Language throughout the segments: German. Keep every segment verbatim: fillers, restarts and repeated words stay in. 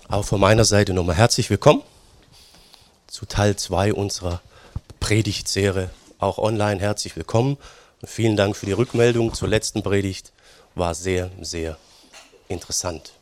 Auch von meiner Seite nochmal herzlich willkommen zu Teil zwei unserer Predigtserie, auch online herzlich willkommen. Und vielen Dank für die Rückmeldung zur letzten Predigt, war sehr, sehr interessant.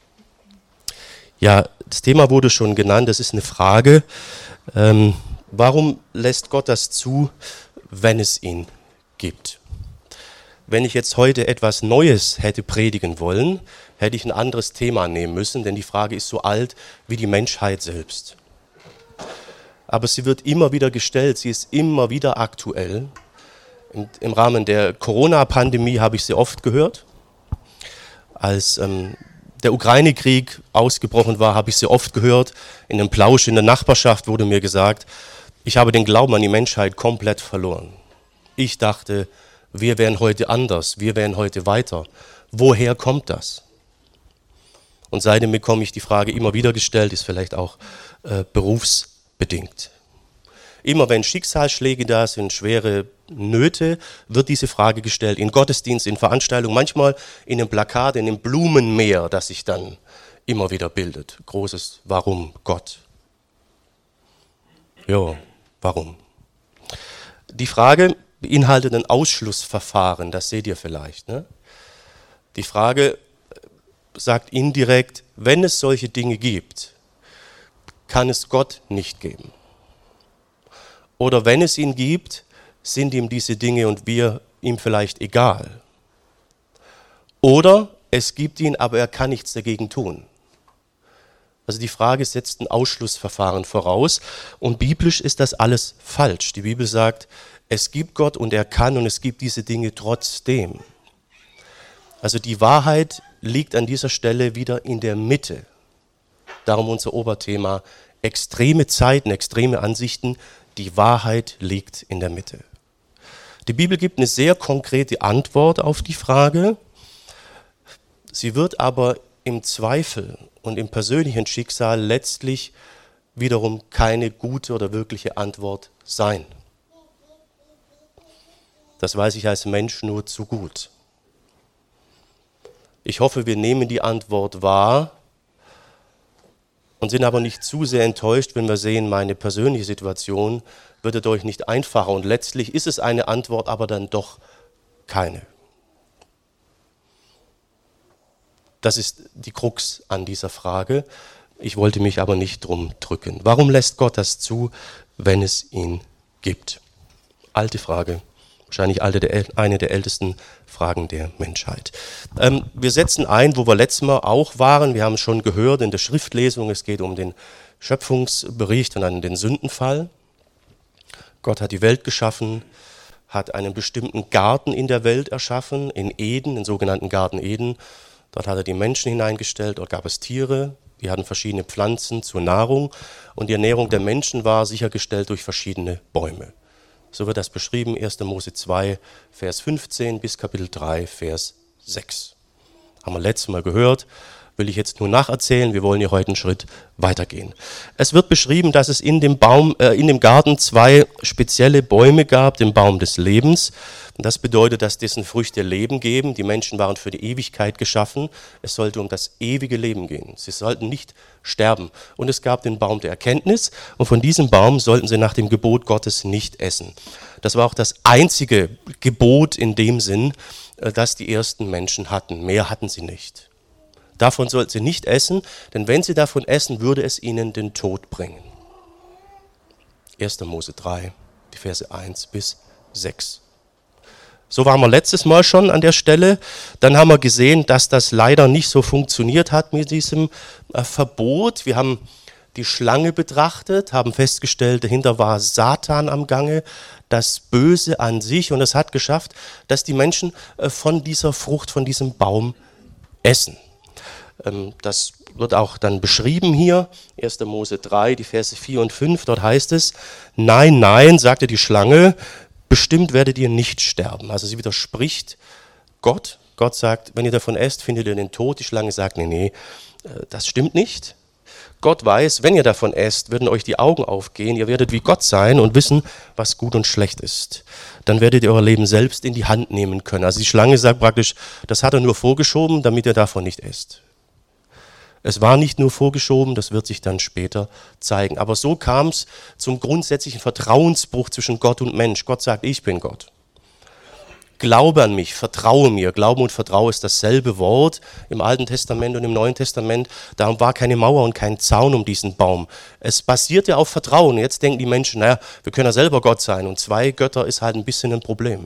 Ja, das Thema wurde schon genannt, das ist eine Frage, ähm, warum lässt Gott das zu, wenn es ihn gibt? Wenn ich jetzt heute etwas Neues hätte predigen wollen, hätte ich ein anderes Thema nehmen müssen, denn die Frage ist so alt wie die Menschheit selbst. Aber sie wird immer wieder gestellt, sie ist immer wieder aktuell. Im, im Rahmen der Corona-Pandemie habe ich sie oft gehört. Als ähm, der Ukraine-Krieg ausgebrochen war, habe ich sie oft gehört. In einem Plausch in der Nachbarschaft wurde mir gesagt, ich habe den Glauben an die Menschheit komplett verloren. Ich dachte, wir wären heute anders, wir wären heute weiter. Woher kommt das? Und seitdem bekomme ich die Frage immer wieder gestellt, ist vielleicht auch äh, berufsbedingt. Immer wenn Schicksalsschläge da sind, schwere Nöte, wird diese Frage gestellt. In Gottesdienst, in Veranstaltungen, manchmal in einem Plakat, in einem Blumenmeer, das sich dann immer wieder bildet. Großes Warum Gott? Ja, warum? Die Frage beinhaltet ein Ausschlussverfahren, das seht ihr vielleicht. Ne? Die Frage sagt indirekt, wenn es solche Dinge gibt, kann es Gott nicht geben. Oder wenn es ihn gibt, sind ihm diese Dinge und wir ihm vielleicht egal. Oder es gibt ihn, aber er kann nichts dagegen tun. Also die Frage setzt ein Ausschlussverfahren voraus und biblisch ist das alles falsch. Die Bibel sagt, es gibt Gott und er kann und es gibt diese Dinge trotzdem. Also die Wahrheit liegt an dieser Stelle wieder in der Mitte. Darum unser Oberthema, extreme Zeiten, extreme Ansichten, die Wahrheit liegt in der Mitte. Die Bibel gibt eine sehr konkrete Antwort auf die Frage. Sie wird aber im Zweifel und im persönlichen Schicksal letztlich wiederum keine gute oder wirkliche Antwort sein. Das weiß ich als Mensch nur zu gut. Ich hoffe, wir nehmen die Antwort wahr und sind aber nicht zu sehr enttäuscht, wenn wir sehen, meine persönliche Situation wird dadurch nicht einfacher. Und letztlich ist es eine Antwort, aber dann doch keine. Das ist die Krux an dieser Frage. Ich wollte mich aber nicht drum drücken. Warum lässt Gott das zu, wenn es ihn gibt? Alte Frage. Wahrscheinlich eine der ältesten Fragen der Menschheit. Ähm, wir setzen ein, wo wir letztes Mal auch waren. Wir haben schon gehört in der Schriftlesung, es geht um den Schöpfungsbericht und an den Sündenfall. Gott hat die Welt geschaffen, hat einen bestimmten Garten in der Welt erschaffen, in Eden, den sogenannten Garten Eden. Dort hat er die Menschen hineingestellt, dort gab es Tiere, die hatten verschiedene Pflanzen zur Nahrung und die Ernährung der Menschen war sichergestellt durch verschiedene Bäume. So wird das beschrieben, erster Mose zwei, Vers fünfzehn bis Kapitel drei, Vers sechs. Haben wir letztes Mal gehört, will ich jetzt nur nacherzählen, wir wollen hier heute einen Schritt weitergehen. Es wird beschrieben, dass es in dem Baum, äh, in dem Garten zwei spezielle Bäume gab, den Baum des Lebens. Und das bedeutet, dass dessen Früchte Leben geben. Die Menschen waren für die Ewigkeit geschaffen. Es sollte um das ewige Leben gehen. Sie sollten nicht sterben. Und es gab den Baum der Erkenntnis. Und von diesem Baum sollten sie nach dem Gebot Gottes nicht essen. Das war auch das einzige Gebot in dem Sinn, das die ersten Menschen hatten. Mehr hatten sie nicht. Davon sollten sie nicht essen, denn wenn sie davon essen, würde es ihnen den Tod bringen. erster Mose drei, die Verse eins bis sechs. So waren wir letztes Mal schon an der Stelle. Dann haben wir gesehen, dass das leider nicht so funktioniert hat mit diesem äh, Verbot. Wir haben die Schlange betrachtet, haben festgestellt, dahinter war Satan am Gange, das Böse an sich. Und es hat geschafft, dass die Menschen äh, von dieser Frucht, von diesem Baum essen. Ähm, das wird auch dann beschrieben hier, erster Mose drei, die Verse vier und fünf. Dort heißt es, nein, nein, sagte die Schlange, bestimmt werdet ihr nicht sterben. Also sie widerspricht Gott. Gott sagt, wenn ihr davon esst, findet ihr den Tod. Die Schlange sagt, nee, nee, das stimmt nicht. Gott weiß, wenn ihr davon esst, werden euch die Augen aufgehen. Ihr werdet wie Gott sein und wissen, was gut und schlecht ist. Dann werdet ihr euer Leben selbst in die Hand nehmen können. Also die Schlange sagt praktisch, das hat er nur vorgeschoben, damit ihr davon nicht esst. Es war nicht nur vorgeschoben, das wird sich dann später zeigen. Aber so kam es zum grundsätzlichen Vertrauensbruch zwischen Gott und Mensch. Gott sagt, ich bin Gott. Glaube an mich, vertraue mir. Glauben und Vertrauen ist dasselbe Wort im Alten Testament und im Neuen Testament. Darum war keine Mauer und kein Zaun um diesen Baum. Es basierte auf Vertrauen. Jetzt denken die Menschen, naja, wir können ja selber Gott sein. Und zwei Götter ist halt ein bisschen ein Problem.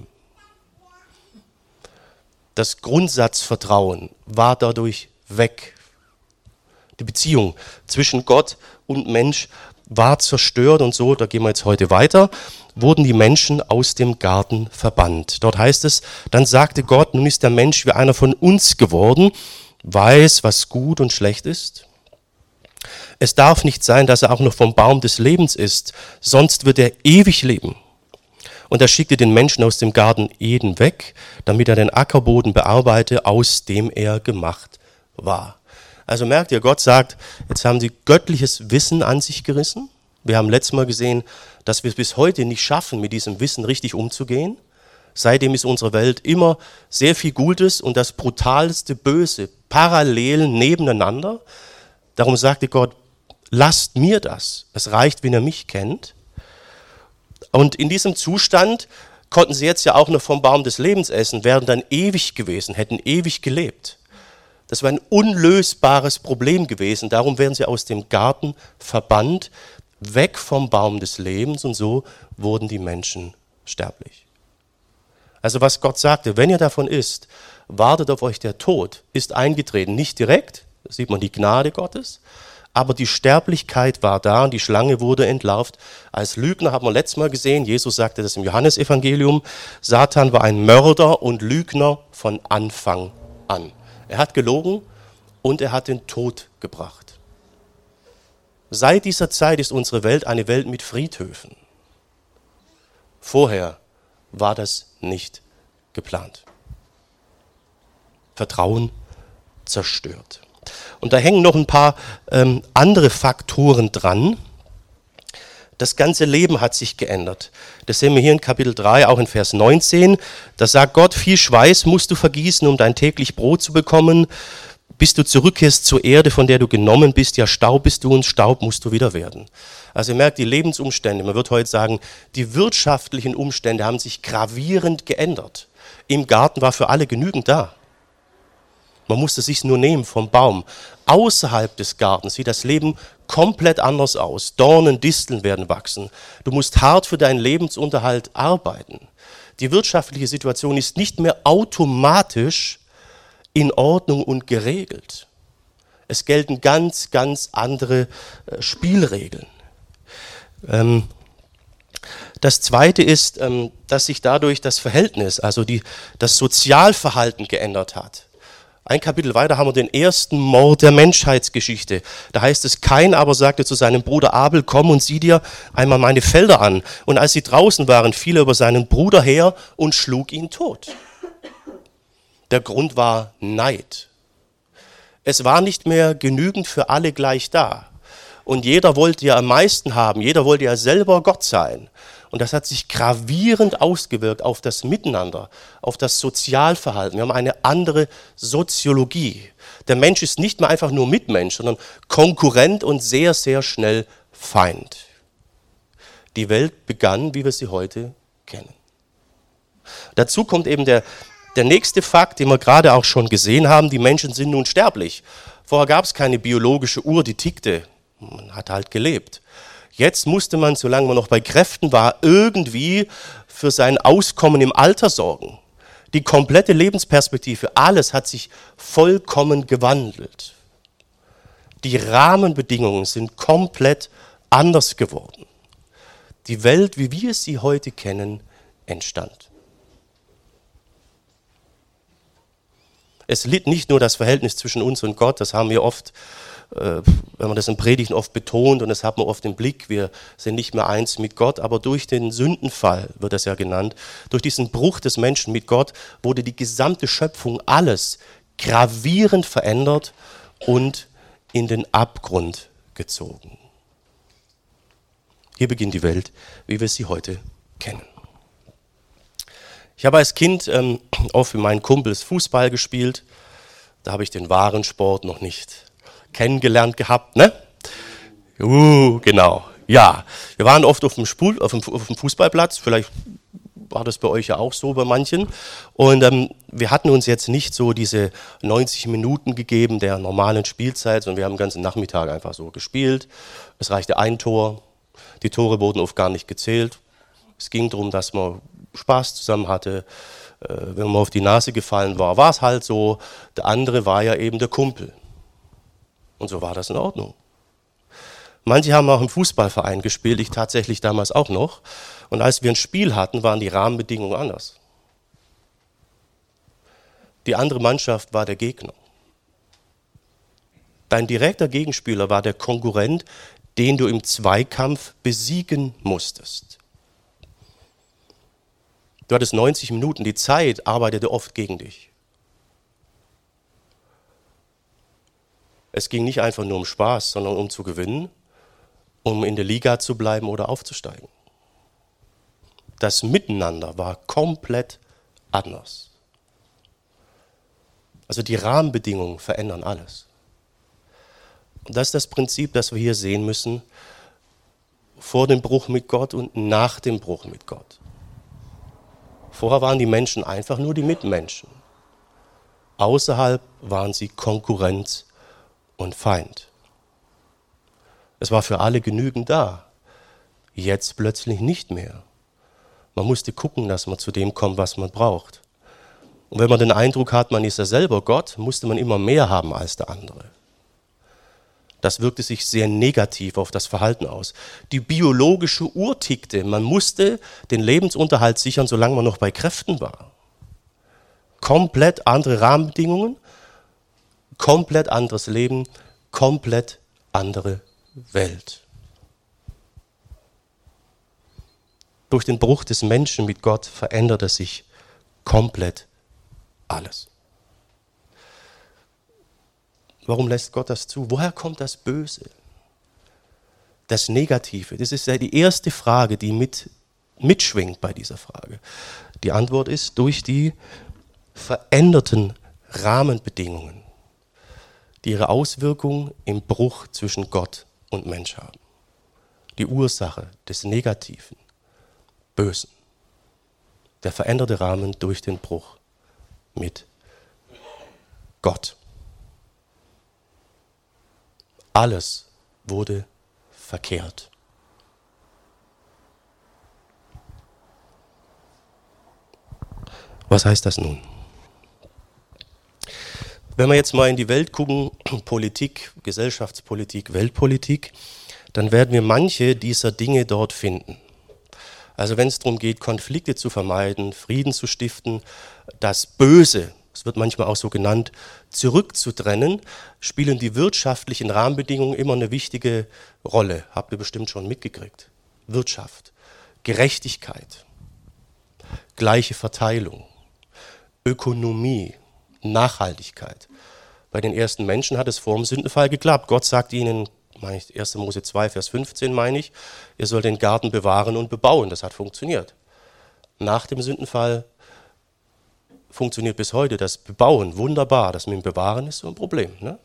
Das Grundsatzvertrauen war dadurch weg. Die Beziehung zwischen Gott und Mensch war zerstört und so, da gehen wir jetzt heute weiter, wurden die Menschen aus dem Garten verbannt. Dort heißt es, dann sagte Gott, nun ist der Mensch wie einer von uns geworden, weiß, was gut und schlecht ist. Es darf nicht sein, dass er auch noch vom Baum des Lebens isst, sonst wird er ewig leben. Und er schickte den Menschen aus dem Garten Eden weg, damit er den Ackerboden bearbeite, aus dem er gemacht war. Also merkt ihr, Gott sagt, jetzt haben sie göttliches Wissen an sich gerissen. Wir haben letztes Mal gesehen, dass wir es bis heute nicht schaffen, mit diesem Wissen richtig umzugehen. Seitdem ist unsere Welt immer sehr viel Gutes und das brutalste Böse parallel nebeneinander. Darum sagte Gott, lasst mir das. Es reicht, wenn ihr mich kennt. Und in diesem Zustand konnten sie jetzt ja auch noch vom Baum des Lebens essen, wären dann ewig gewesen, hätten ewig gelebt. Das war ein unlösbares Problem gewesen. Darum werden sie aus dem Garten verbannt, weg vom Baum des Lebens und so wurden die Menschen sterblich. Also was Gott sagte, wenn ihr davon isst, wartet auf euch der Tod, ist eingetreten. Nicht direkt, da sieht man die Gnade Gottes, aber die Sterblichkeit war da und die Schlange wurde entlarvt. Als Lügner haben wir letztes Mal gesehen, Jesus sagte das im Johannesevangelium, Satan war ein Mörder und Lügner von Anfang an. Er hat gelogen und er hat den Tod gebracht. Seit dieser Zeit ist unsere Welt eine Welt mit Friedhöfen. Vorher war das nicht geplant. Vertrauen zerstört. Und da hängen noch ein paar ähm, andere Faktoren dran. Das ganze Leben hat sich geändert. Das sehen wir hier in Kapitel drei, auch in Vers neunzehn. Da sagt Gott, viel Schweiß musst du vergießen, um dein täglich Brot zu bekommen, bis du zurückkehrst zur Erde, von der du genommen bist. Ja, Staub bist du und Staub musst du wieder werden. Also ihr merkt, die Lebensumstände, man wird heute sagen, die wirtschaftlichen Umstände haben sich gravierend geändert. Im Garten war für alle genügend da. Man musste es sich nur nehmen vom Baum. Außerhalb des Gartens sieht das Leben komplett anders aus. Dornen, Disteln werden wachsen. Du musst hart für deinen Lebensunterhalt arbeiten. Die wirtschaftliche Situation ist nicht mehr automatisch in Ordnung und geregelt. Es gelten ganz, ganz andere äh, Spielregeln. Ähm, das Zweite ist, ähm, dass sich dadurch das Verhältnis, also die, das Sozialverhalten geändert hat. Ein Kapitel weiter haben wir den ersten Mord der Menschheitsgeschichte. Da heißt es, Kain aber sagte zu seinem Bruder Abel, komm und sieh dir einmal meine Felder an. Und als sie draußen waren, fiel er über seinen Bruder her und schlug ihn tot. Der Grund war Neid. Es war nicht mehr genügend für alle gleich da. Und jeder wollte ja am meisten haben, jeder wollte ja selber Gott sein. Und das hat sich gravierend ausgewirkt auf das Miteinander, auf das Sozialverhalten. Wir haben eine andere Soziologie. Der Mensch ist nicht mehr einfach nur Mitmensch, sondern Konkurrent und sehr, sehr schnell Feind. Die Welt begann, wie wir sie heute kennen. Dazu kommt eben der, der nächste Fakt, den wir gerade auch schon gesehen haben, die Menschen sind nun sterblich. Vorher gab es keine biologische Uhr, die tickte. Man hat halt gelebt. Jetzt musste man, solange man noch bei Kräften war, irgendwie für sein Auskommen im Alter sorgen. Die komplette Lebensperspektive, alles hat sich vollkommen gewandelt. Die Rahmenbedingungen sind komplett anders geworden. Die Welt, wie wir sie heute kennen, entstand. Es litt nicht nur das Verhältnis zwischen uns und Gott, das haben wir oft, wenn man das in Predigten oft betont und das hat man oft im Blick, wir sind nicht mehr eins mit Gott, aber durch den Sündenfall, wird das ja genannt, durch diesen Bruch des Menschen mit Gott, wurde die gesamte Schöpfung, alles gravierend verändert und in den Abgrund gezogen. Hier beginnt die Welt, wie wir sie heute kennen. Ich habe als Kind ähm, oft mit meinen Kumpels Fußball gespielt, da habe ich den wahren Sport noch nicht kennengelernt gehabt, ne? Uh, genau. Ja, wir waren oft auf dem, Spul, auf dem, auf dem Fußballplatz, vielleicht war das bei euch ja auch so bei manchen. Und ähm, wir hatten uns jetzt nicht so diese neunzig Minuten gegeben der normalen Spielzeit, sondern wir haben den ganzen Nachmittag einfach so gespielt. Es reichte ein Tor, die Tore wurden oft gar nicht gezählt. Es ging darum, dass man Spaß zusammen hatte. Äh, wenn man auf die Nase gefallen war, war es halt so. Der andere war ja eben der Kumpel. Und so war das in Ordnung. Manche haben auch im Fußballverein gespielt, ich tatsächlich damals auch noch. Und als wir ein Spiel hatten, waren die Rahmenbedingungen anders. Die andere Mannschaft war der Gegner. Dein direkter Gegenspieler war der Konkurrent, den du im Zweikampf besiegen musstest. Du hattest neunzig Minuten, die Zeit arbeitete oft gegen dich. Es ging nicht einfach nur um Spaß, sondern um zu gewinnen, um in der Liga zu bleiben oder aufzusteigen. Das Miteinander war komplett anders. Also die Rahmenbedingungen verändern alles. Und das ist das Prinzip, das wir hier sehen müssen, vor dem Bruch mit Gott und nach dem Bruch mit Gott. Vorher waren die Menschen einfach nur die Mitmenschen. Außerhalb waren sie Konkurrent und Feind. Es war für alle genügend da. Jetzt plötzlich nicht mehr. Man musste gucken, dass man zu dem kommt, was man braucht. Und wenn man den Eindruck hat, man ist ja selber Gott, musste man immer mehr haben als der andere. Das wirkte sich sehr negativ auf das Verhalten aus. Die biologische Uhr tickte. Man musste den Lebensunterhalt sichern, solange man noch bei Kräften war. Komplett andere Rahmenbedingungen, komplett anderes Leben, komplett andere Welt. Durch den Bruch des Menschen mit Gott veränderte sich komplett alles. Warum lässt Gott das zu? Woher kommt das Böse? Das Negative? Das ist ja die erste Frage, die mit, mitschwingt bei dieser Frage. Die Antwort ist durch die veränderten Rahmenbedingungen, die ihre Auswirkungen im Bruch zwischen Gott und Mensch haben. Die Ursache des Negativen, Bösen. Der veränderte Rahmen durch den Bruch mit Gott. Alles wurde verkehrt. Was heißt das nun? Wenn wir jetzt mal in die Welt gucken, Politik, Gesellschaftspolitik, Weltpolitik, dann werden wir manche dieser Dinge dort finden. Also wenn es darum geht, Konflikte zu vermeiden, Frieden zu stiften, das Böse, es wird manchmal auch so genannt, zurückzutrennen, spielen die wirtschaftlichen Rahmenbedingungen immer eine wichtige Rolle. Habt ihr bestimmt schon mitgekriegt. Wirtschaft, Gerechtigkeit, gleiche Verteilung, Ökonomie, Nachhaltigkeit. Bei den ersten Menschen hat es vor dem Sündenfall geklappt. Gott sagt ihnen, meine ich, erster Mose zwei, Vers fünfzehn, meine ich, ihr sollt den Garten bewahren und bebauen. Das hat funktioniert. Nach dem Sündenfall funktioniert bis heute das Bebauen wunderbar. Das mit dem Bewahren ist so ein Problem. Ne?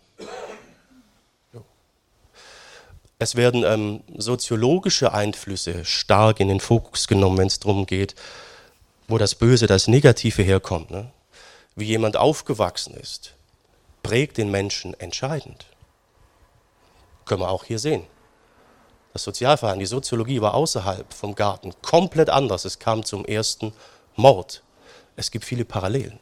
Es werden ähm, soziologische Einflüsse stark in den Fokus genommen, wenn es darum geht, wo das Böse, das Negative herkommt. Ne? Wie jemand aufgewachsen ist, prägt den Menschen entscheidend. Können wir auch hier sehen. Das Sozialverhalten, die Soziologie war außerhalb vom Garten komplett anders. Es kam zum ersten Mord. Es gibt viele Parallelen.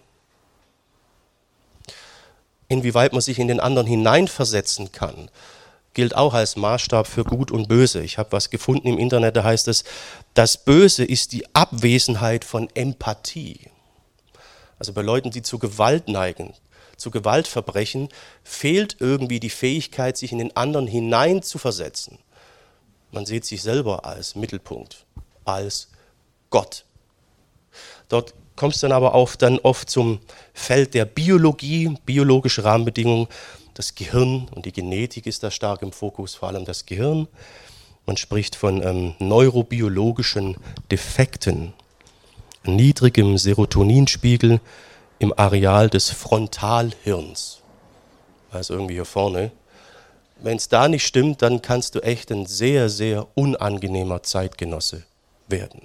Inwieweit man sich in den anderen hineinversetzen kann, gilt auch als Maßstab für Gut und Böse. Ich habe was gefunden im Internet, da heißt es, das Böse ist die Abwesenheit von Empathie. Also bei Leuten, die zu Gewalt neigen, zu Gewaltverbrechen, fehlt irgendwie die Fähigkeit, sich in den anderen hineinzuversetzen. Man sieht sich selber als Mittelpunkt, als Gott. Dort kommt es dann aber auch dann oft zum Feld der Biologie, biologische Rahmenbedingungen. Das Gehirn und die Genetik ist da stark im Fokus, vor allem das Gehirn. Man spricht von ähm, neurobiologischen Defekten, niedrigem Serotoninspiegel im Areal des Frontalhirns. Also irgendwie hier vorne. Wenn es da nicht stimmt, dann kannst du echt ein sehr, sehr unangenehmer Zeitgenosse werden.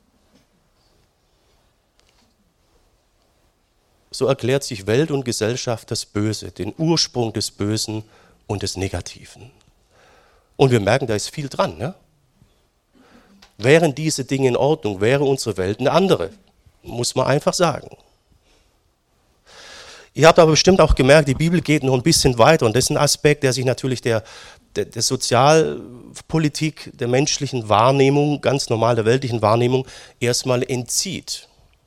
So erklärt sich Welt und Gesellschaft das Böse, den Ursprung des Bösen und des Negativen. Und wir merken, da ist viel dran. Ne? Wären diese Dinge in Ordnung, wäre unsere Welt eine andere, muss man einfach sagen. Ihr habt aber bestimmt auch gemerkt, die Bibel geht noch ein bisschen weiter und das ist ein Aspekt, der sich natürlich der, der, der Sozialpolitik, der menschlichen Wahrnehmung, ganz normal der weltlichen Wahrnehmung, erstmal entzieht.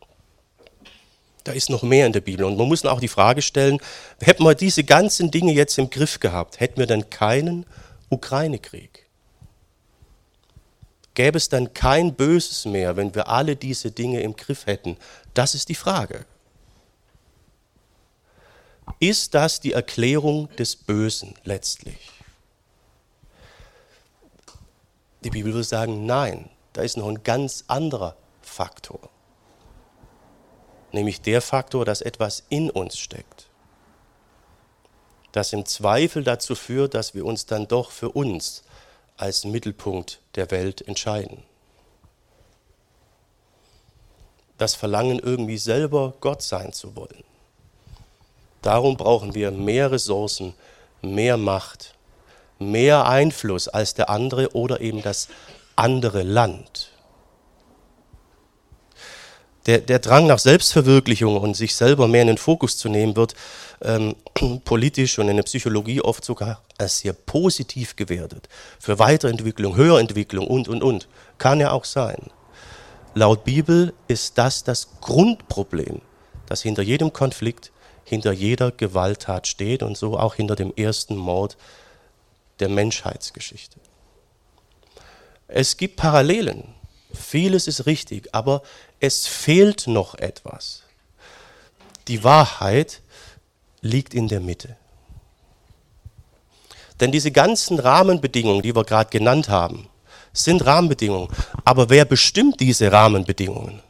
Da ist noch mehr in der Bibel und man muss auch die Frage stellen, hätten wir diese ganzen Dinge jetzt im Griff gehabt, hätten wir dann keinen Ukraine-Krieg? Gäbe es dann kein Böses mehr, wenn wir alle diese Dinge im Griff hätten? Das ist die Frage. Ist das die Erklärung des Bösen letztlich? Die Bibel würde sagen, nein, da ist noch ein ganz anderer Faktor. Nämlich der Faktor, dass etwas in uns steckt. Das im Zweifel dazu führt, dass wir uns dann doch für uns als Mittelpunkt der Welt entscheiden. Das Verlangen, irgendwie selber Gott sein zu wollen. Darum brauchen wir mehr Ressourcen, mehr Macht, mehr Einfluss als der andere oder eben das andere Land. Der, der Drang nach Selbstverwirklichung und sich selber mehr in den Fokus zu nehmen, wird ähm, politisch und in der Psychologie oft sogar als sehr positiv gewertet. Für Weiterentwicklung, Höherentwicklung und, und, und. Kann ja auch sein. Laut Bibel ist das das Grundproblem, das hinter jedem Konflikt, hinter jeder Gewalttat steht und so auch hinter dem ersten Mord der Menschheitsgeschichte. Es gibt Parallelen. Vieles ist richtig, aber es fehlt noch etwas. Die Wahrheit liegt in der Mitte. Denn diese ganzen Rahmenbedingungen, die wir gerade genannt haben, sind Rahmenbedingungen. Aber wer bestimmt diese Rahmenbedingungen?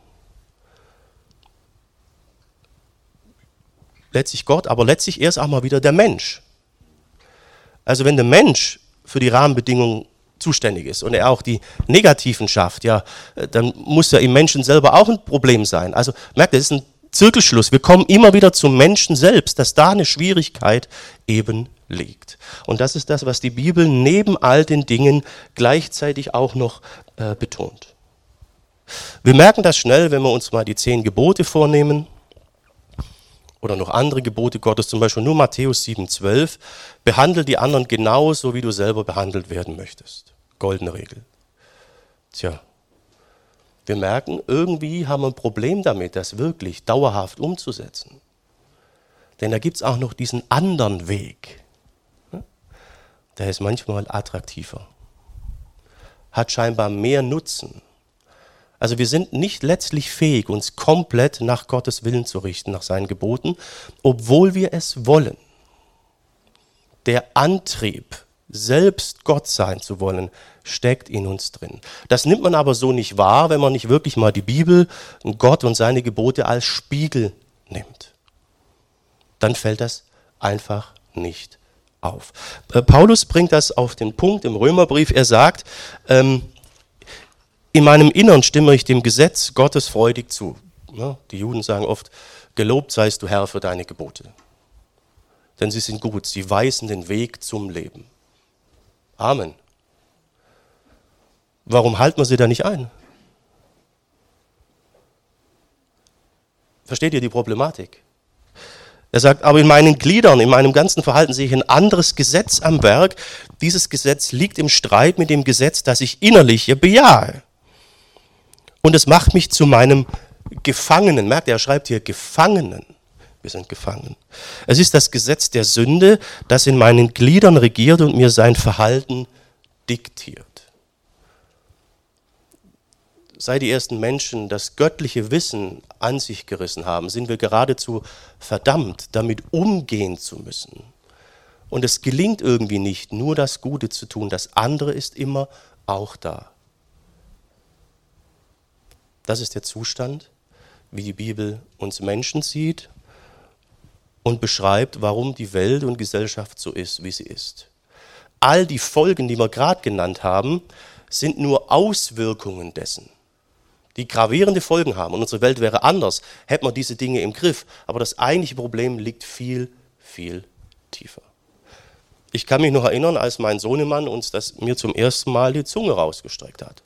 Letztlich Gott, aber letztlich erst auch mal wieder der Mensch. Also wenn der Mensch für die Rahmenbedingungen zuständig ist und er auch die negativen schafft, ja, dann muss ja im Menschen selber auch ein Problem sein. Also merkt ihr, das ist ein Zirkelschluss. Wir kommen immer wieder zum Menschen selbst, dass da eine Schwierigkeit eben liegt. Und das ist das, was die Bibel neben all den Dingen gleichzeitig auch noch äh, betont. Wir merken das schnell, wenn wir uns mal die zehn Gebote vornehmen oder noch andere Gebote Gottes, zum Beispiel nur Matthäus sieben, zwölf, behandle die anderen genauso, wie du selber behandelt werden möchtest. Goldene Regel. Tja, wir merken, irgendwie haben wir ein Problem damit, das wirklich dauerhaft umzusetzen. Denn da gibt es auch noch diesen anderen Weg. Der ist manchmal attraktiver, hat scheinbar mehr Nutzen. Also wir sind nicht letztlich fähig, uns komplett nach Gottes Willen zu richten, nach seinen Geboten, obwohl wir es wollen. Der Antrieb, selbst Gott sein zu wollen, steckt in uns drin. Das nimmt man aber so nicht wahr, wenn man nicht wirklich mal die Bibel, Gott und seine Gebote als Spiegel nimmt. Dann fällt das einfach nicht auf. Paulus bringt das auf den Punkt im Römerbrief. Er sagt, ähm, in meinem Innern stimme ich dem Gesetz Gottes freudig zu. Ja, die Juden sagen oft, gelobt seist du Herr für deine Gebote. Denn sie sind gut, sie weisen den Weg zum Leben. Amen. Warum halten wir sie da nicht ein? Versteht ihr die Problematik? Er sagt, aber in meinen Gliedern, in meinem ganzen Verhalten sehe ich ein anderes Gesetz am Werk. Dieses Gesetz liegt im Streit mit dem Gesetz, das ich innerlich bejahe. Und es macht mich zu meinem Gefangenen. Merkt ihr, er schreibt hier Gefangenen. Wir sind gefangen. Es ist das Gesetz der Sünde, das in meinen Gliedern regiert und mir sein Verhalten diktiert. Seit die ersten Menschen das göttliche Wissen an sich gerissen haben, sind wir geradezu verdammt, damit umgehen zu müssen. Und es gelingt irgendwie nicht, nur das Gute zu tun. Das andere ist immer auch da. Das ist der Zustand, wie die Bibel uns Menschen sieht und beschreibt, warum die Welt und Gesellschaft so ist, wie sie ist. all die Folgen, die wir gerade genannt haben, sind nur Auswirkungen dessen, die gravierende Folgen haben. Und unsere Welt wäre anders, hätten wir diese Dinge im Griff. Aber das eigentliche Problem liegt viel, viel tiefer. Ich kann mich noch erinnern, als mein Sohnemann uns das mir zum ersten Mal die Zunge rausgestreckt hat.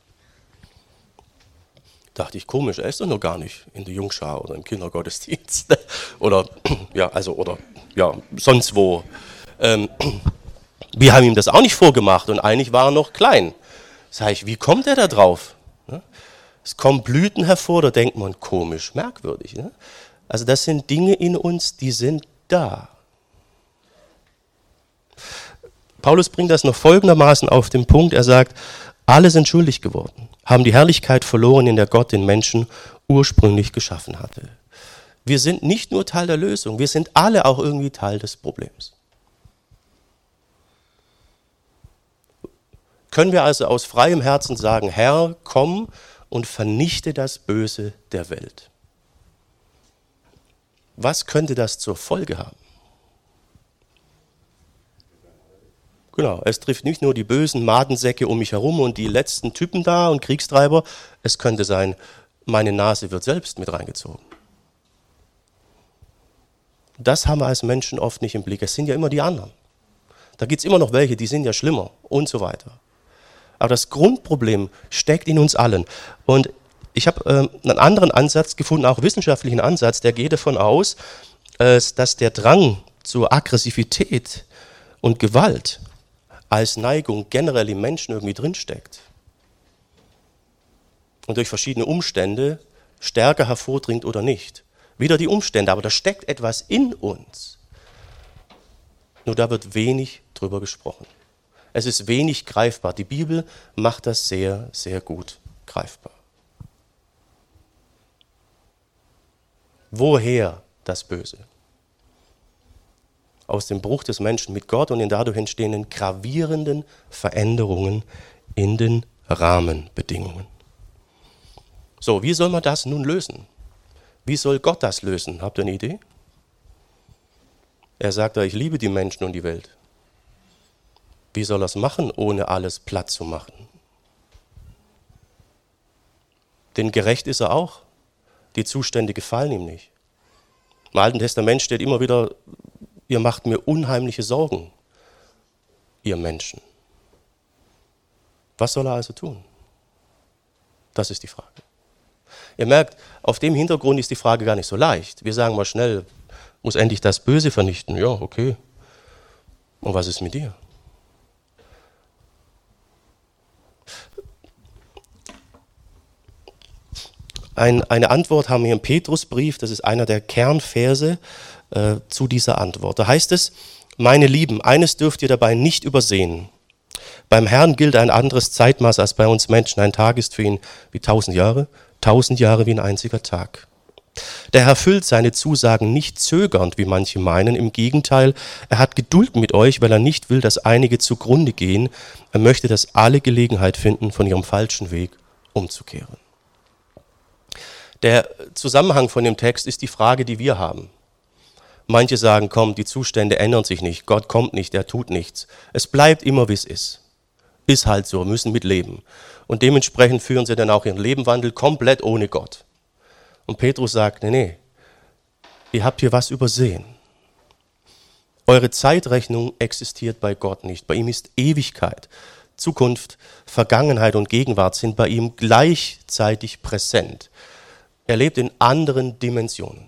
Dachte ich, komisch, er ist doch noch gar nicht in der Jungschar oder im Kindergottesdienst. Oder, ja, also, oder, ja, sonst wo. Ähm, wir haben ihm das auch nicht vorgemacht und eigentlich war er noch klein. Sag ich, wie kommt er da drauf? Es kommen Blüten hervor, da denkt man, komisch, merkwürdig. Ne? Also das sind Dinge in uns, die sind da. Paulus bringt das noch folgendermaßen auf den Punkt, er sagt, alle sind schuldig geworden, haben die Herrlichkeit verloren, in der Gott den Menschen ursprünglich geschaffen hatte. Wir sind nicht nur Teil der Lösung, wir sind alle auch irgendwie Teil des Problems. Können wir also aus freiem Herzen sagen, Herr, komm und vernichte das Böse der Welt. Was könnte das zur Folge haben? Genau, es trifft nicht nur die bösen Madensäcke um mich herum und die letzten Typen da und Kriegstreiber, es könnte sein, meine Nase wird selbst mit reingezogen. Das haben wir als Menschen oft nicht im Blick, es sind ja immer die anderen. Da gibt es immer noch welche, die sind ja schlimmer und so weiter. Aber das Grundproblem steckt in uns allen. Und ich habe äh, einen anderen Ansatz gefunden, auch wissenschaftlichen Ansatz, der geht davon aus, äh, dass der Drang zur Aggressivität und Gewalt als Neigung generell im Menschen irgendwie drinsteckt. Und durch verschiedene Umstände stärker hervordringt oder nicht. Wieder die Umstände, aber da steckt etwas in uns. Nur da wird wenig drüber gesprochen. Es ist wenig greifbar. Die Bibel macht das sehr, sehr gut greifbar. Woher das Böse? Aus dem Bruch des Menschen mit Gott und den dadurch entstehenden gravierenden Veränderungen in den Rahmenbedingungen. So, wie soll man das nun lösen? Wie soll Gott das lösen? Habt ihr eine Idee? Er sagt, ich liebe die Menschen und die Welt. Wie soll er es machen, ohne alles platt zu machen? Denn gerecht ist er auch. Die Zustände gefallen ihm nicht. Im Alten Testament steht immer wieder, ihr macht mir unheimliche Sorgen, ihr Menschen. Was soll er also tun? Das ist die Frage. Ihr merkt, auf dem Hintergrund ist die Frage gar nicht so leicht. Wir sagen mal schnell, muss endlich das Böse vernichten. Ja, okay. Und was ist mit dir? Ein, eine Antwort haben wir im Petrusbrief, das ist einer der Kernverse äh, zu dieser Antwort. Da heißt es, meine Lieben, eines dürft ihr dabei nicht übersehen. Beim Herrn gilt ein anderes Zeitmaß als bei uns Menschen. Ein Tag ist für ihn wie tausend Jahre, tausend Jahre wie ein einziger Tag. Der Herr füllt seine Zusagen nicht zögernd, wie manche meinen. Im Gegenteil, er hat Geduld mit euch, weil er nicht will, dass einige zugrunde gehen. Er möchte, dass alle Gelegenheit finden, von ihrem falschen Weg umzukehren. Der Zusammenhang von dem Text ist die Frage, die wir haben. Manche sagen, komm, die Zustände ändern sich nicht, Gott kommt nicht, er tut nichts. Es bleibt immer, wie es ist. Ist halt so, müssen mit leben. Und dementsprechend führen sie dann auch ihren Lebenwandel komplett ohne Gott. Und Petrus sagt, nee, nee, ihr habt hier was übersehen. Eure Zeitrechnung existiert bei Gott nicht. Bei ihm ist Ewigkeit, Zukunft, Vergangenheit und Gegenwart sind bei ihm gleichzeitig präsent. Er lebt in anderen Dimensionen.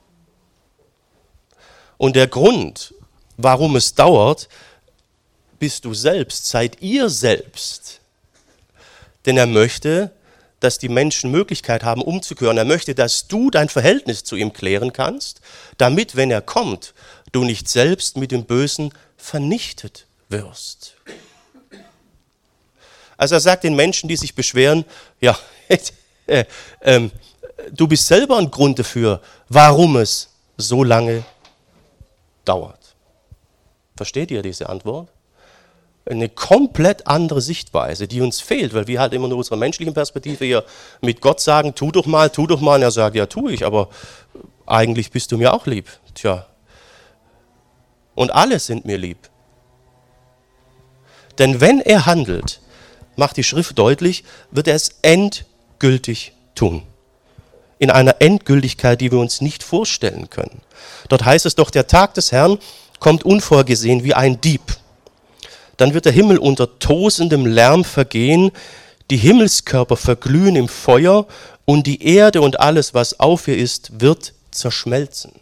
Und der Grund, warum es dauert, bist du selbst, seid ihr selbst. Denn er möchte, dass die Menschen Möglichkeit haben, umzukehren. Er möchte, dass du dein Verhältnis zu ihm klären kannst, damit, wenn er kommt, du nicht selbst mit dem Bösen vernichtet wirst. Also er sagt den Menschen, die sich beschweren, ja, äh, äh, du bist selber ein Grund dafür, warum es so lange dauert. Versteht ihr diese Antwort? Eine komplett andere Sichtweise, die uns fehlt, weil wir halt immer nur unserer menschlichen Perspektive hier mit Gott sagen, tu doch mal, tu doch mal. Und er sagt, ja, tu ich, aber eigentlich bist du mir auch lieb. Tja. Und alle sind mir lieb. Denn wenn er handelt, macht die Schrift deutlich, wird er es endgültig tun. In einer Endgültigkeit, die wir uns nicht vorstellen können. Dort heißt es doch, der Tag des Herrn kommt unvorgesehen wie ein Dieb. Dann wird der Himmel unter tosendem Lärm vergehen, die Himmelskörper verglühen im Feuer und die Erde und alles, was auf ihr ist, wird zerschmelzen.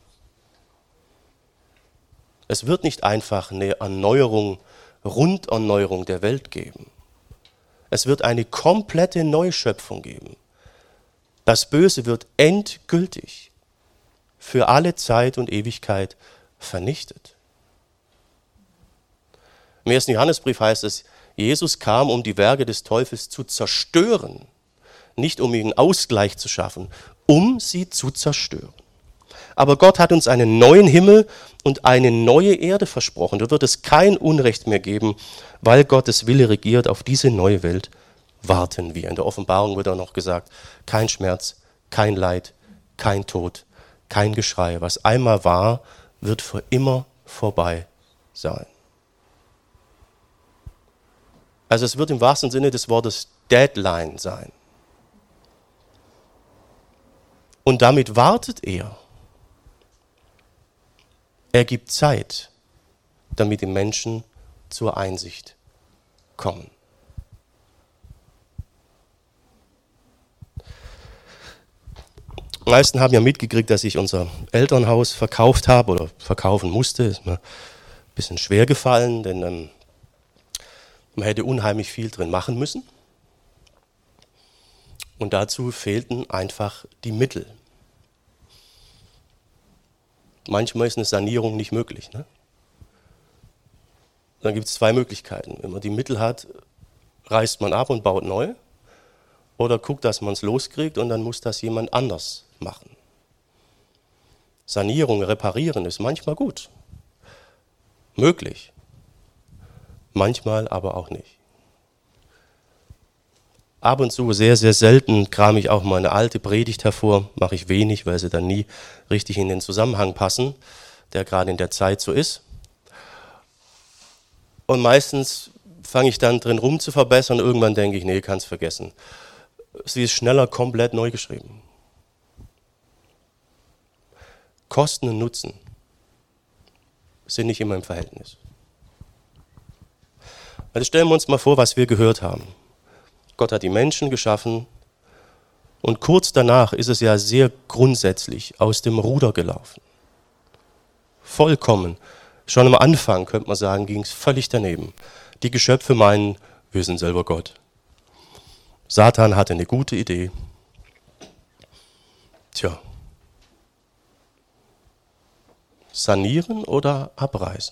Es wird nicht einfach eine Erneuerung, Runderneuerung der Welt geben. Es wird eine komplette Neuschöpfung geben. Das Böse wird endgültig für alle Zeit und Ewigkeit vernichtet. Im ersten Johannesbrief heißt es, Jesus kam, um die Werke des Teufels zu zerstören, nicht um ihnen Ausgleich zu schaffen, um sie zu zerstören. Aber Gott hat uns einen neuen Himmel und eine neue Erde versprochen. Da wird es kein Unrecht mehr geben, weil Gottes Wille regiert. Auf diese neue Welt warten wir. In der Offenbarung wird auch noch gesagt, kein Schmerz, kein Leid, kein Tod, kein Geschrei. Was einmal war, wird für immer vorbei sein. Also es wird im wahrsten Sinne des Wortes Deadline sein. Und damit wartet er. Er gibt Zeit, damit die Menschen zur Einsicht kommen. Die meisten haben ja mitgekriegt, dass ich unser Elternhaus verkauft habe oder verkaufen musste. Ist mir ein bisschen schwer gefallen, denn ähm, man hätte unheimlich viel drin machen müssen. Und dazu fehlten einfach die Mittel. Manchmal ist eine Sanierung nicht möglich. Ne? Dann gibt es zwei Möglichkeiten. Wenn man die Mittel hat, reißt man ab und baut neu. Oder guckt, dass man es loskriegt und dann muss das jemand anders machen. Sanierung, reparieren ist manchmal gut. Möglich. Manchmal aber auch nicht. Ab und zu, sehr, sehr selten, kram ich auch mal eine alte Predigt hervor. Mache ich wenig, weil sie dann nie richtig in den Zusammenhang passen, der gerade in der Zeit so ist. Und meistens fange ich dann drin rum zu verbessern. Irgendwann denke ich, nee, kann's vergessen. Sie ist schneller komplett neu geschrieben. Kosten und Nutzen sind nicht immer im Verhältnis. Also stellen wir uns mal vor, was wir gehört haben. Gott hat die Menschen geschaffen und kurz danach ist es ja sehr grundsätzlich aus dem Ruder gelaufen. Vollkommen. Schon am Anfang, könnte man sagen, ging es völlig daneben. Die Geschöpfe meinen, wir sind selber Gott. Satan hatte eine gute Idee. Tja. Sanieren oder abreißen?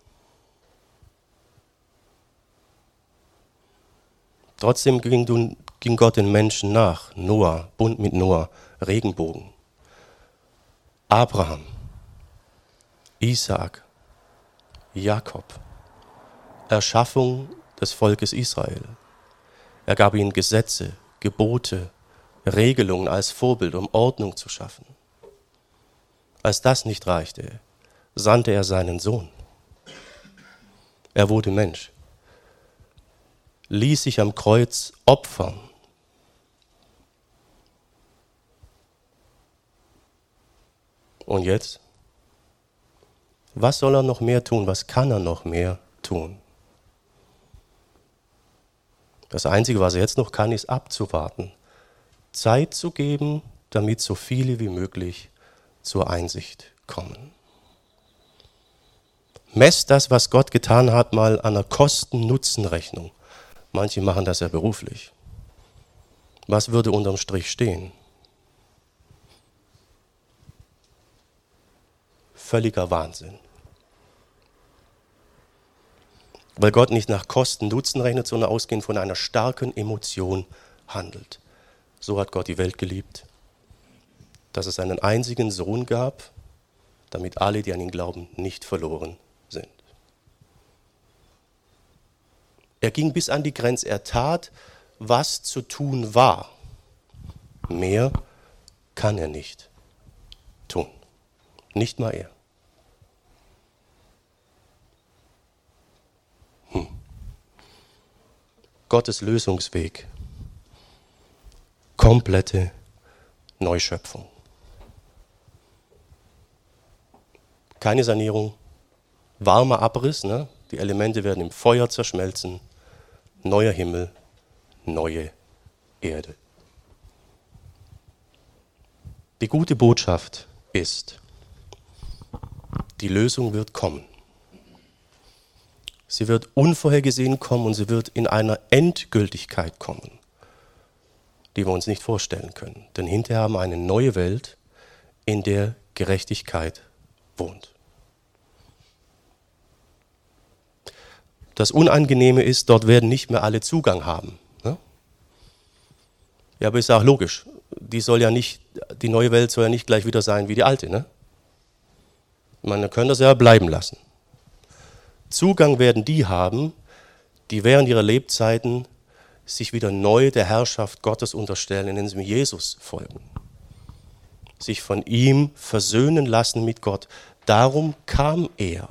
Trotzdem ging, ging Gott den Menschen nach. Noah, Bund mit Noah, Regenbogen. Abraham, Isaak, Jakob. Erschaffung des Volkes Israel. Er gab ihnen Gesetze, Gebote, Regelungen als Vorbild, um Ordnung zu schaffen. Als das nicht reichte, sandte er seinen Sohn. Er wurde Mensch, ließ sich am Kreuz opfern. Und jetzt? Was soll er noch mehr tun? Was kann er noch mehr tun? Das Einzige, was er jetzt noch kann, ist abzuwarten. Zeit zu geben, damit so viele wie möglich zur Einsicht kommen. Messt das, was Gott getan hat, mal an einer Kosten-Nutzen-Rechnung. Manche machen das ja beruflich. Was würde unterm Strich stehen? Völliger Wahnsinn. Weil Gott nicht nach Kosten-Nutzen rechnet, sondern ausgehend von einer starken Emotion handelt. So hat Gott die Welt geliebt, dass es einen einzigen Sohn gab, damit alle, die an ihn glauben, nicht verloren sind. Er ging bis an die Grenze, er tat, was zu tun war. Mehr kann er nicht tun. Nicht mal er. Hm. Gottes Lösungsweg. Komplette Neuschöpfung. Keine Sanierung, warmer Abriss, ne? Die Elemente werden im Feuer zerschmelzen, neuer Himmel, neue Erde. Die gute Botschaft ist, die Lösung wird kommen. Sie wird unvorhergesehen kommen und sie wird in einer Endgültigkeit kommen, die wir uns nicht vorstellen können. Denn hinterher haben wir eine neue Welt, in der Gerechtigkeit wohnt. Das Unangenehme ist, dort werden nicht mehr alle Zugang haben. Ne? Ja, aber ist auch logisch. Die soll ja nicht, die neue Welt soll ja nicht gleich wieder sein wie die alte. Ne? Man könnte das ja bleiben lassen. Zugang werden die haben, die während ihrer Lebzeiten sich wieder neu der Herrschaft Gottes unterstellen, indem sie Jesus folgen. Sich von ihm versöhnen lassen mit Gott. Darum kam er.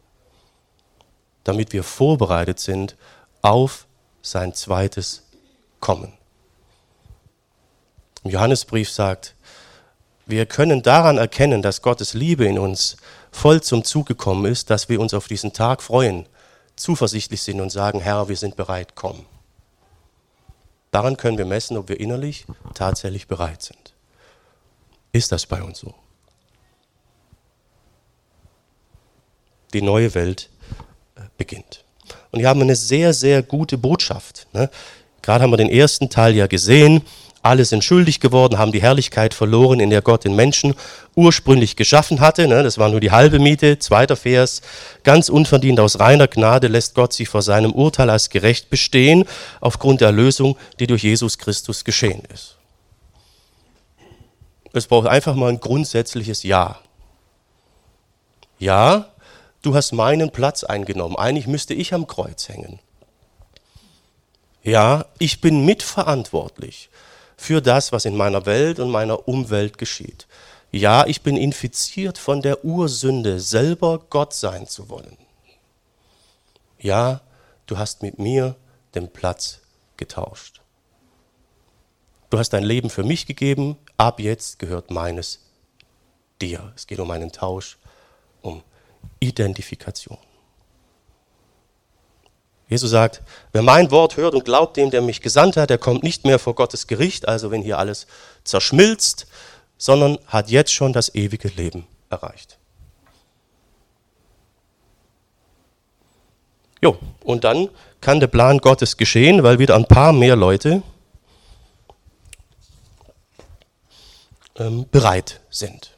Damit wir vorbereitet sind auf sein zweites Kommen. Im Johannesbrief sagt, wir können daran erkennen, dass Gottes Liebe in uns voll zum Zug gekommen ist, dass wir uns auf diesen Tag freuen, zuversichtlich sind und sagen, Herr, wir sind bereit, komm. Daran können wir messen, ob wir innerlich tatsächlich bereit sind. Ist das bei uns so? Die neue Welt beginnt. Und hier haben wir eine sehr, sehr gute Botschaft. Ne? Gerade haben wir den ersten Teil ja gesehen. Alle sind schuldig geworden, haben die Herrlichkeit verloren, in der Gott den Menschen ursprünglich geschaffen hatte. Ne? Das war nur die halbe Miete. Zweiter Vers. Ganz unverdient aus reiner Gnade lässt Gott sich vor seinem Urteil als gerecht bestehen, aufgrund der Erlösung, die durch Jesus Christus geschehen ist. Es braucht einfach mal ein grundsätzliches Ja. Ja, du hast meinen Platz eingenommen. Eigentlich müsste ich am Kreuz hängen. Ja, ich bin mitverantwortlich für das, was in meiner Welt und meiner Umwelt geschieht. Ja, ich bin infiziert von der Ursünde, selber Gott sein zu wollen. Ja, du hast mit mir den Platz getauscht. Du hast dein Leben für mich gegeben, ab jetzt gehört meines dir. Es geht um einen Tausch, um Identifikation. Jesus sagt, wer mein Wort hört und glaubt dem, der mich gesandt hat, der kommt nicht mehr vor Gottes Gericht, also wenn hier alles zerschmilzt, sondern hat jetzt schon das ewige Leben erreicht. Jo, und dann kann der Plan Gottes geschehen, weil wieder ein paar mehr Leute ähm, bereit sind.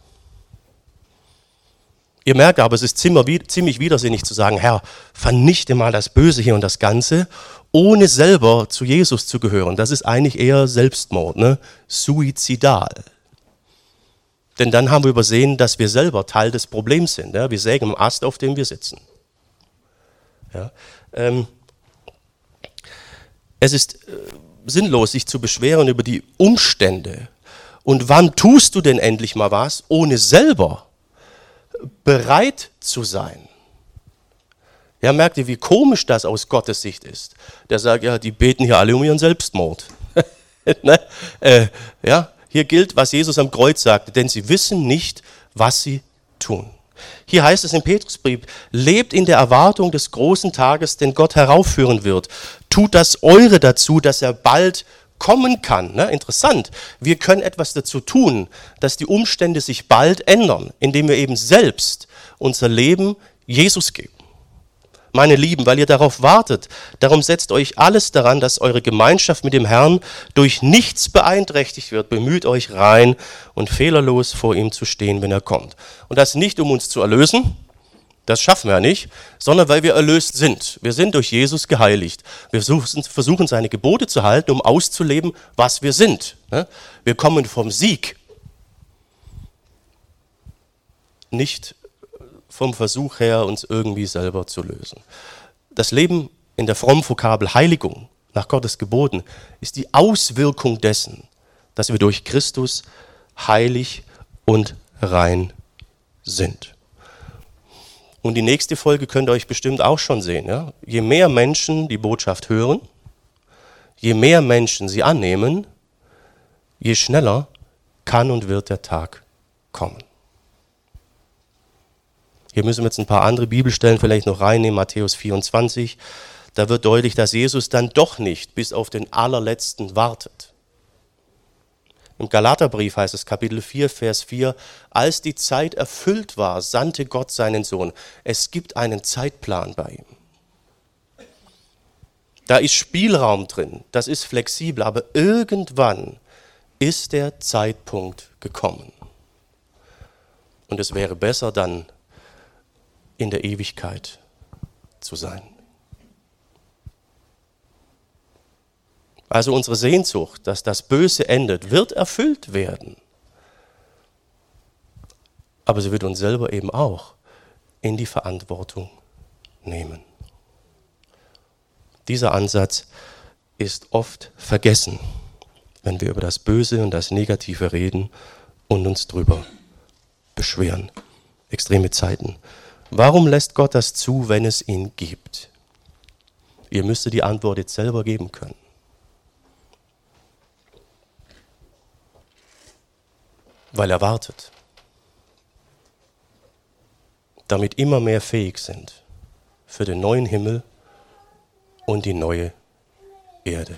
Ihr merkt aber, es ist ziemlich widersinnig zu sagen, Herr, vernichte mal das Böse hier und das Ganze, ohne selber zu Jesus zu gehören. Das ist eigentlich eher Selbstmord, ne? Suizidal. Denn dann haben wir übersehen, dass wir selber Teil des Problems sind. Ja? Wir sägen am Ast, auf dem wir sitzen. Ja? Ähm, es ist äh, sinnlos, sich zu beschweren über die Umstände. Und wann tust du denn endlich mal was, ohne selber bereit zu sein? Ja, merkt ihr, wie komisch das aus Gottes Sicht ist. Der sagt, ja, die beten hier alle um ihren Selbstmord. ne? äh, ja, hier gilt, was Jesus am Kreuz sagte, denn sie wissen nicht, was sie tun. Hier heißt es im Petrusbrief, lebt in der Erwartung des großen Tages, den Gott heraufführen wird. Tut das Eure dazu, dass er bald kommen kann. Ne? Interessant. Wir können etwas dazu tun, dass die Umstände sich bald ändern, indem wir eben selbst unser Leben Jesus geben. Meine Lieben, weil ihr darauf wartet, darum setzt euch alles daran, dass eure Gemeinschaft mit dem Herrn durch nichts beeinträchtigt wird. Bemüht euch rein und fehlerlos vor ihm zu stehen, wenn er kommt. Und das nicht, um uns zu erlösen, das schaffen wir ja nicht, sondern weil wir erlöst sind. Wir sind durch Jesus geheiligt. Wir versuchen, seine Gebote zu halten, um auszuleben, was wir sind. Wir kommen vom Sieg, nicht vom Versuch her, uns irgendwie selber zu lösen. Das Leben in der frommen Vokabel Heiligung, nach Gottes Geboten, ist die Auswirkung dessen, dass wir durch Christus heilig und rein sind. Und die nächste Folge könnt ihr euch bestimmt auch schon sehen. Ja? Je mehr Menschen die Botschaft hören, Je mehr Menschen sie annehmen, je schneller kann und wird der Tag kommen. Hier müssen wir jetzt ein paar andere Bibelstellen vielleicht noch reinnehmen, Matthäus vierundzwanzig. Da wird deutlich, dass Jesus dann doch nicht bis auf den allerletzten wartet. Im Galaterbrief heißt es Kapitel vier, Vers vier, als die Zeit erfüllt war, sandte Gott seinen Sohn. Es gibt einen Zeitplan bei ihm. Da ist Spielraum drin, das ist flexibel, aber irgendwann ist der Zeitpunkt gekommen. Und es wäre besser dann in der Ewigkeit zu sein. Also unsere Sehnsucht, dass das Böse endet, wird erfüllt werden. Aber sie wird uns selber eben auch in die Verantwortung nehmen. Dieser Ansatz ist oft vergessen, wenn wir über das Böse und das Negative reden und uns drüber beschweren. Extreme Zeiten. Warum lässt Gott das zu, wenn es ihn gibt? Ihr müsstet die Antwort jetzt selber geben können. Weil er wartet, damit immer mehr fähig sind für den neuen Himmel und die neue Erde.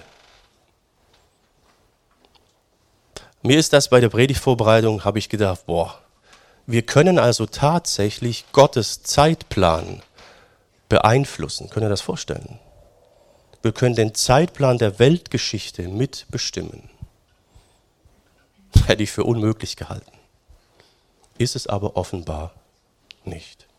Mir ist das bei der Predigtvorbereitung, habe ich gedacht, boah, wir können also tatsächlich Gottes Zeitplan beeinflussen. Könnt ihr das vorstellen? Wir können den Zeitplan der Weltgeschichte mitbestimmen. Hätte ich für unmöglich gehalten. Ist es aber offenbar nicht.